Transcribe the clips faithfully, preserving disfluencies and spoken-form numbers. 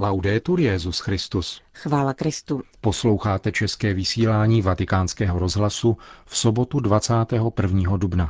Laudetur Jesus Christus. Chvála Kristu. Posloucháte české vysílání Vatikánského rozhlasu v sobotu dvacátého prvního dubna.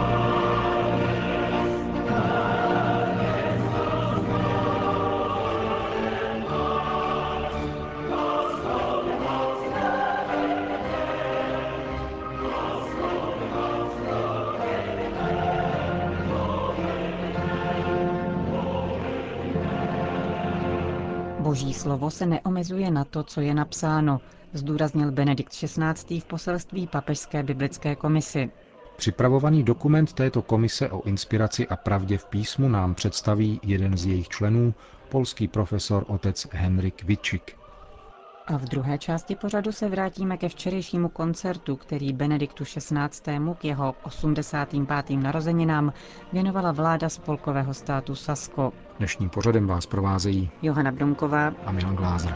Boží slovo se neomezuje na to, co je napsáno, zdůraznil Benedikt šestnáctý. v poselství Papežské biblické komisi. Připravovaný dokument této komise o inspiraci a pravdě v písmu nám představí jeden z jejich členů, polský profesor otec Henryk Witczyk. A v druhé části pořadu se vrátíme ke včerejšímu koncertu, který Benediktu šestnáctému k jeho osmdesátým pátým narozeninám věnovala vláda spolkového státu Sasko. Dnešním pořadem vás provázejí Johana Brunková a Milan Glázer.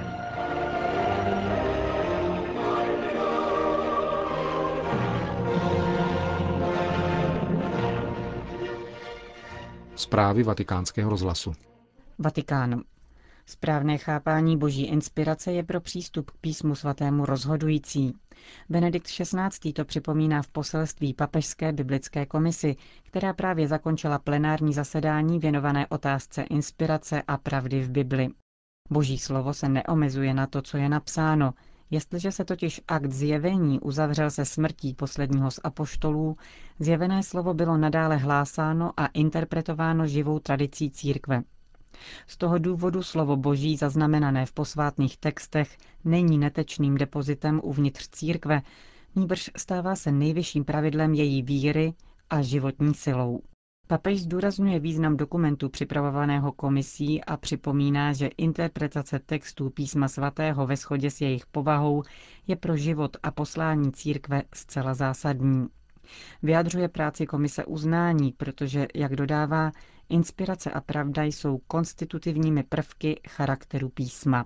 Zprávy Vatikánského rozhlasu. Vatikán. Správné chápání boží inspirace je pro přístup k písmu svatému rozhodující. Benedikt šestnáctý. to připomíná v poselství Papežské biblické komisi, která právě zakončila plenární zasedání věnované otázce inspirace a pravdy v Bibli. Boží slovo se neomezuje na to, co je napsáno. Jestliže se totiž akt zjevení uzavřel se smrtí posledního z apoštolů, zjevené slovo bylo nadále hlásáno a interpretováno živou tradicí církve. Z toho důvodu slovo Boží zaznamenané v posvátných textech není netečným depozitem uvnitř církve, nýbrž stává se nejvyšším pravidlem její víry a životní silou. Papež zdůrazňuje význam dokumentu připravovaného komisí a připomíná, že interpretace textů písma svatého ve shodě s jejich povahou je pro život a poslání církve zcela zásadní. Vyjadřuje práci komise uznání, protože, jak dodává, inspirace a pravda jsou konstitutivními prvky charakteru písma.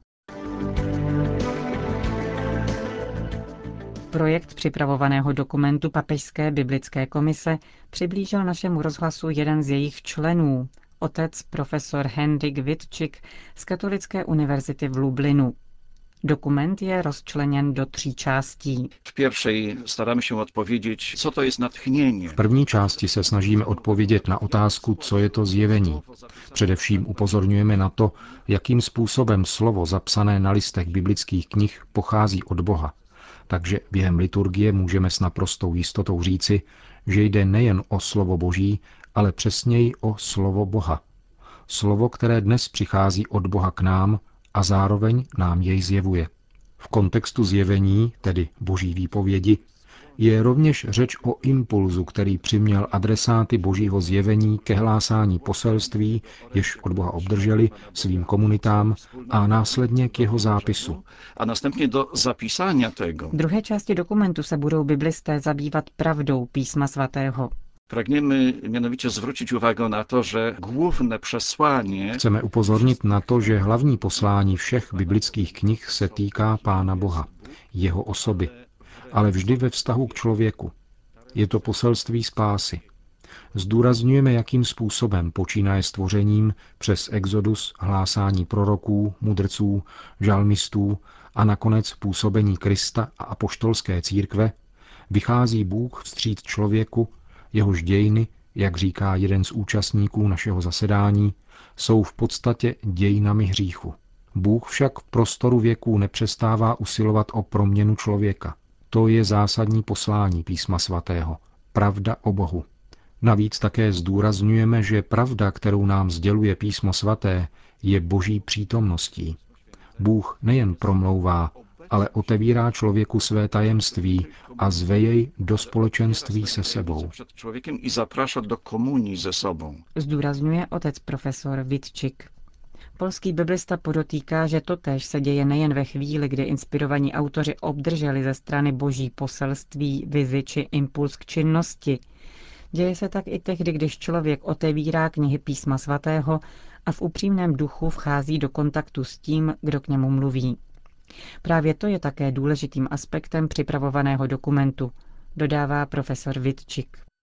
Projekt připravovaného dokumentu Papežské biblické komise přiblížil našemu rozhlasu jeden z jejich členů, otec profesor Henryk Witczyk z Katolické univerzity v Lublinu. Dokument je rozčleněn do tří částí. V pierwszej staramy się odpowiedzieć, co to jest natchnienie. V první části se snažíme odpovědět na otázku, co je to zjevení. Především upozorňujeme na to, jakým způsobem slovo zapsané na listech biblických knih pochází od Boha. Takže během liturgie můžeme s naprostou jistotou říci, že jde nejen o slovo Boží, ale přesněji o slovo Boha. Slovo, které dnes přichází od Boha k nám a zároveň nám jej zjevuje. V kontextu zjevení, tedy Boží výpovědi, je rovněž řeč o impulzu, který přiměl adresáty Božího zjevení ke hlásání poselství, jež od Boha obdrželi, svým komunitám a následně k jeho zápisu. A następnie do zapisania tego. V druhé části dokumentu se budou biblisté zabývat pravdou písma svatého. Pragniemy mianowicie zwrócić uwagę na to, że główne przesłanie Chceme upozornit na to, že hlavní poslání všech biblických knih se týká Pána Boha, jeho osoby, ale vždy ve vztahu k člověku. Je to poselství spásy. Zdůrazňujeme, jakým způsobem počínaje stvořením přes exodus, hlásání proroků, mudrců, žalmistů a nakonec působení Krista a apoštolské církve vychází Bůh vstříc člověku, jehož dějiny, jak říká jeden z účastníků našeho zasedání, jsou v podstatě dějinami hříchu. Bůh však v prostoru věků nepřestává usilovat o proměnu člověka. To je zásadní poslání písma svatého. Pravda o Bohu. Navíc také zdůrazňujeme, že pravda, kterou nám sděluje písmo svaté, je Boží přítomností. Bůh nejen promlouvá, ale otevírá člověku své tajemství a zve jej do společenství se sebou. przed człowiekiem i zaprasza do komunii ze sobą. Zdůrazňuje otec profesor Witczyk. Polský biblista podotýká, že totéž se děje nejen ve chvíli, kdy inspirovaní autoři obdrželi ze strany Boží poselství, vizi či impuls k činnosti. Děje se tak i tehdy, když člověk otevírá knihy písma svatého a v upřímném duchu vchází do kontaktu s tím, kdo k němu mluví. Právě to je také důležitým aspektem připravovaného dokumentu, dodává profesor Witczyk.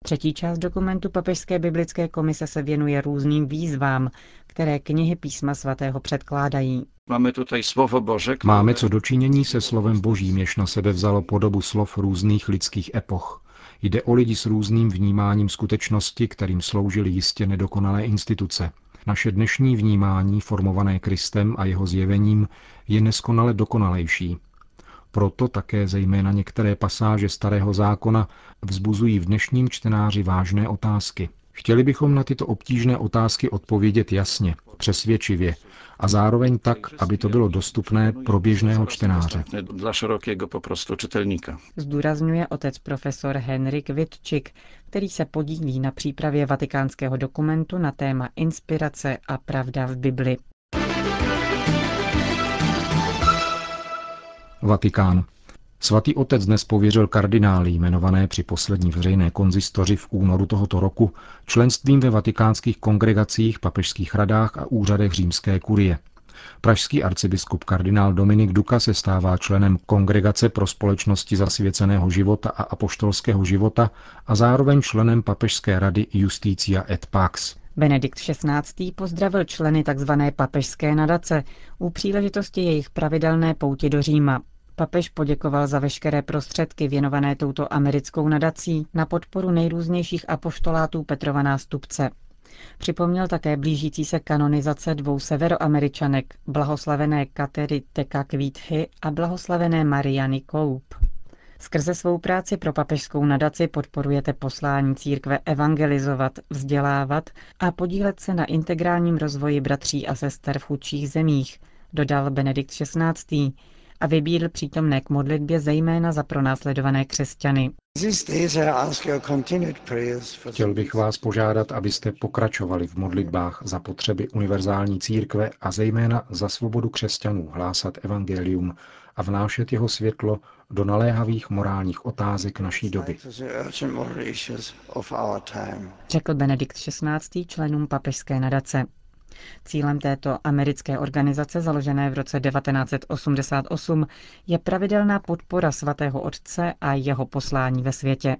Třetí část dokumentu Papežské biblické komise se věnuje různým výzvám, které knihy písma svatého předkládají. Máme tutaj slovo Bože, které... Máme co dočinění se slovem Božím, jež na sebe vzalo podobu slov různých lidských epoch. Jde o lidi s různým vnímáním skutečnosti, kterým sloužily jistě nedokonalé instituce. Naše dnešní vnímání, formované Kristem a jeho zjevením, je neskonale dokonalejší. Proto také zejména některé pasáže Starého zákona vzbuzují v dnešním čtenáři vážné otázky. Chtěli bychom na tyto obtížné otázky odpovědět jasně, přesvědčivě a zároveň tak, aby to bylo dostupné pro běžného čtenáře. Dla širokého poprostu čitelníka. Zdůrazňuje otec profesor Henrik Witčik, který se podílí na přípravě vatikánského dokumentu na téma inspirace a pravda v Bibli. Vatikán. Svatý otec dnes pověřil kardinály jmenované při poslední veřejné konzistoři v únoru tohoto roku členstvím ve vatikánských kongregacích, papežských radách a úřadech římské kurie. Pražský arcibiskup kardinál Dominik Duka se stává členem Kongregace pro společnosti zasvěceného života a apoštolského života a zároveň členem papežské rady Justitia et Pax. Benedikt šestnáctý pozdravil členy tzv. Papežské nadace u příležitosti jejich pravidelné pouti do Říma. Papež poděkoval za veškeré prostředky věnované touto americkou nadací na podporu nejrůznějších apoštolátů Petrova nástupce. Připomněl také blížící se kanonizace dvou severoameričanek, blahoslavené Katery Tekakwithy a blahoslavené Mariany Koup. Skrze svou práci pro papežskou nadaci podporujete poslání církve evangelizovat, vzdělávat a podílet se na integrálním rozvoji bratří a sester v chudších zemích, dodal Benedikt šestnáctý a vybídl přítomné k modlitbě zejména za pronásledované křesťany. Chtěl bych vás požádat, abyste pokračovali v modlitbách za potřeby univerzální církve a zejména za svobodu křesťanů hlásat evangelium a vnášet jeho světlo do naléhavých morálních otázek naší doby. Řekl Benedikt šestnáctý členům papežské nadace. Cílem této americké organizace, založené v roce devatenáct set osmdesát osm, je pravidelná podpora svatého otce a jeho poslání ve světě.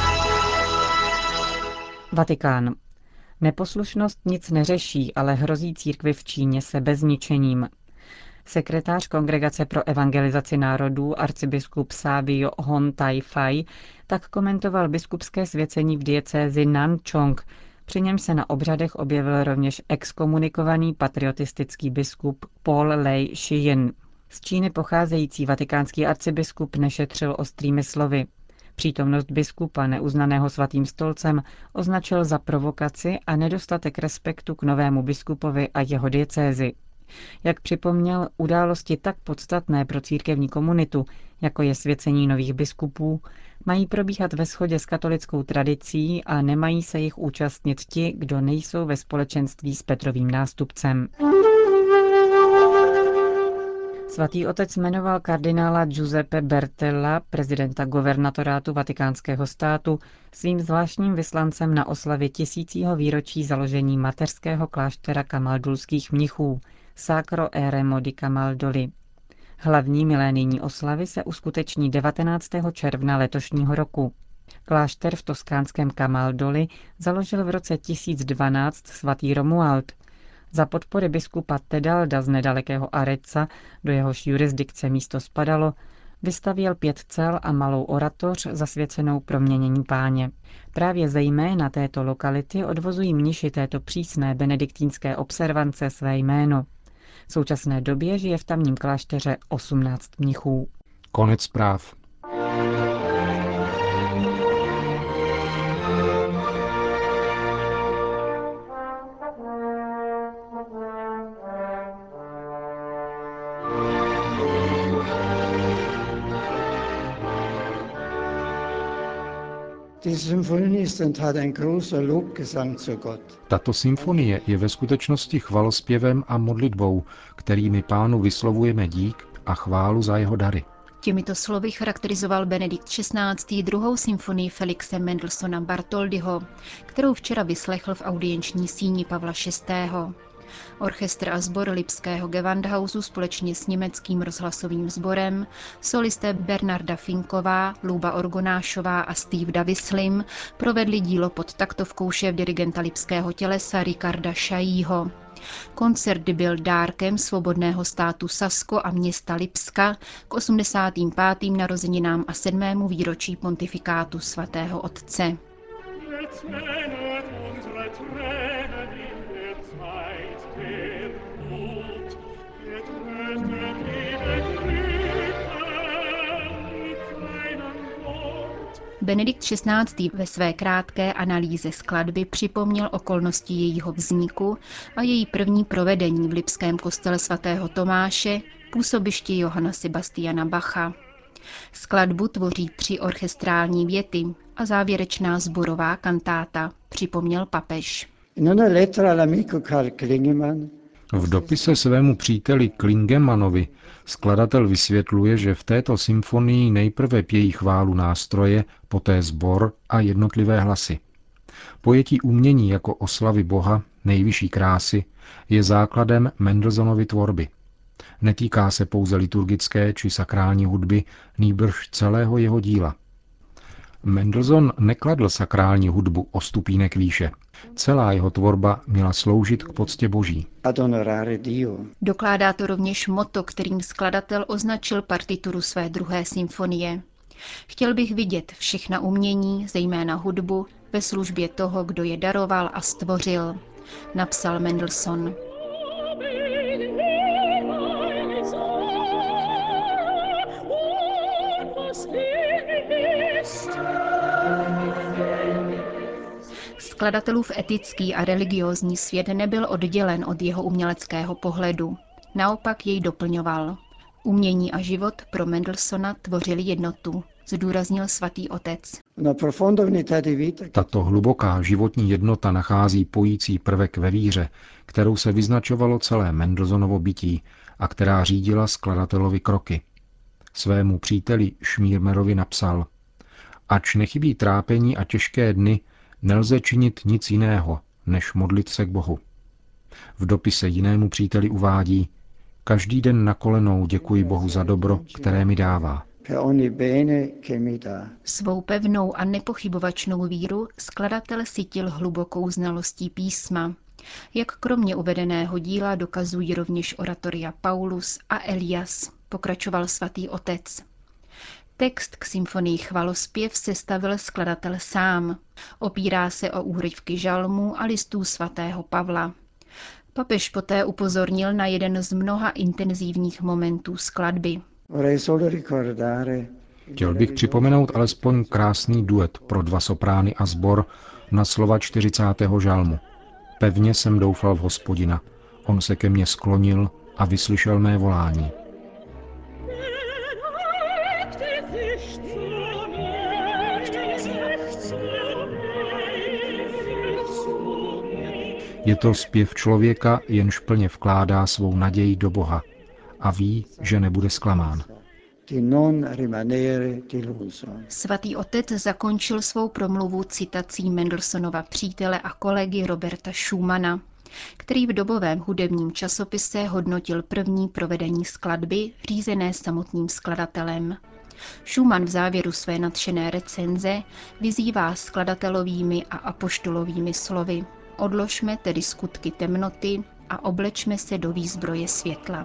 Vatikán. Neposlušnost nic neřeší, ale hrozí církvi v Číně sebezničením. Sekretář Kongregace pro evangelizaci národů arcibiskup Sábio Hon Tai-fai tak komentoval biskupské svěcení v diecézi Nanchong, při něm se na obřadech objevil rovněž exkomunikovaný patriotistický biskup Paul Lei Shijin. Z Číny pocházející vatikánský arcibiskup nešetřil ostrými slovy. Přítomnost biskupa, neuznaného svatým stolcem, označil za provokaci a nedostatek respektu k novému biskupovi a jeho diecézi. Jak připomněl, události tak podstatné pro církevní komunitu, jako je svěcení nových biskupů, mají probíhat ve shodě s katolickou tradicí a nemají se jich účastnit ti, kdo nejsou ve společenství s Petrovým nástupcem. Svatý otec jmenoval kardinála Giuseppe Bertella, prezidenta guvernatorátu Vatikánského státu, svým zvláštním vyslancem na oslavě tisícího výročí založení mateřského kláštera kamaldulských mnichů, Sacro Eremo di Camaldoli. Hlavní milénijní oslavy se uskuteční devatenáctého června letošního roku. Klášter v toskánském Camaldoli založil v roce tisíc dvanáct svatý Romuald. Za podpory biskupa Tedalda z nedalekého Arezza, do jehož jurisdikce místo spadalo, vystavěl pět cel a malou oratoř zasvěcenou proměnění Páně. Právě zejména této lokality odvozují mniši této přísné benediktínské observance své jméno. V současné době žije v tamním klášteře osmnáct mnichů. Konec zpráv. Tato symfonie je ve skutečnosti chvalozpěvem a modlitbou, kterými Pánu vyslovujeme dík a chválu za jeho dary. Těmito slovy charakterizoval Benedikt šestnáctý druhou symfonii Felixe Mendelssohna Bartholdyho, kterou včera vyslechl v audienční síni Pavla šestého. Orchestr a sbor Lipského Gewandhausu společně s německým rozhlasovým sborem, solisté Bernarda Finková, Luba Orgonášová a Steve Davislim provedli dílo pod taktovkou šéfdirigenta Lipského tělesa Ricarda Šajího. Koncert byl dárkem svobodného státu Sasko a města Lipska k osmdesátým pátým narozeninám a sedmému výročí pontifikátu svatého otce. Benedikt šestnáctý. Ve své krátké analýze skladby připomněl okolnosti jejího vzniku a její první provedení v lipském kostele svatého Tomáše, působišti Johana Sebastiana Bacha. Skladbu tvoří tři orchestrální věty a závěrečná sborová kantáta, připomněl papež. V dopise svému příteli Klingemanovi skladatel vysvětluje, že v této symfonii nejprve pějí chválu nástroje, poté sbor a jednotlivé hlasy. Pojetí umění jako oslavy Boha, nejvyšší krásy, je základem Mendelsonovy tvorby. Netýká se pouze liturgické či sakrální hudby, nýbrž celého jeho díla. Mendelssohn nekladl sakrální hudbu o stupínek výše. Celá jeho tvorba měla sloužit k poctě Boží. Dokládá to rovněž motto, kterým skladatel označil partituru své druhé symfonie. Chtěl bych vidět všechna umění, zejména hudbu, ve službě toho, kdo je daroval a stvořil, napsal Mendelssohn. Skladatelův etický a religiózní svět nebyl oddělen od jeho uměleckého pohledu. Naopak jej doplňoval. Umění a život pro Mendelssohna tvořili jednotu, zdůraznil svatý otec. Tato hluboká životní jednota nachází pojící prvek ve víře, kterou se vyznačovalo celé Mendelssohnovo bytí a která řídila skladatelovi kroky. Svému příteli Schmiermerovi napsal: Ač nechybí trápení a těžké dny, nelze činit nic jiného, než modlit se k Bohu. V dopise jinému příteli uvádí: Každý den na kolenou děkuji Bohu za dobro, které mi dává. Svou pevnou a nepochybovačnou víru skladatel sytil hlubokou znalostí písma. Jak kromě uvedeného díla dokazují rovněž oratoria Paulus a Elias, pokračoval svatý otec. Text k symfonii Chvalospěv sestavil skladatel sám. Opírá se o úryvky žalmů a listů svatého Pavla. Papež poté upozornil na jeden z mnoha intenzivních momentů skladby. Chtěl bych připomenout alespoň krásný duet pro dva soprány a sbor na slova čtyřicátého žalmu. Pevně jsem doufal v Hospodina, on se ke mně sklonil a vyslyšel mé volání. Je to zpěv člověka, jenž plně vkládá svou naději do Boha a ví, že nebude zklamán. Svatý otec zakončil svou promluvu citací Mendelssohnova přítele a kolegy Roberta Schumana, který v dobovém hudebním časopise hodnotil první provedení skladby, řízené samotným skladatelem. Schumann v závěru své nadšené recenze vyzývá skladatelovými a apoštolovými slovy: Odložme tedy skutky temnoty a oblečme se do výzbroje světla.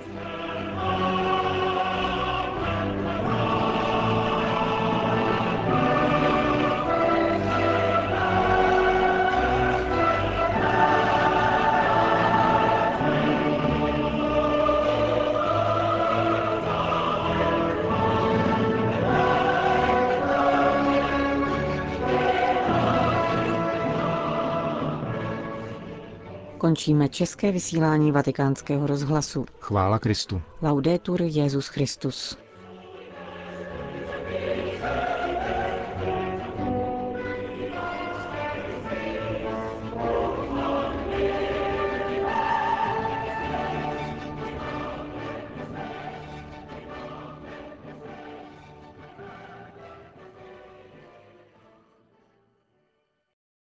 Končíme české vysílání Vatikánského rozhlasu. Chvála Kristu. Laudetur Jesus Christus.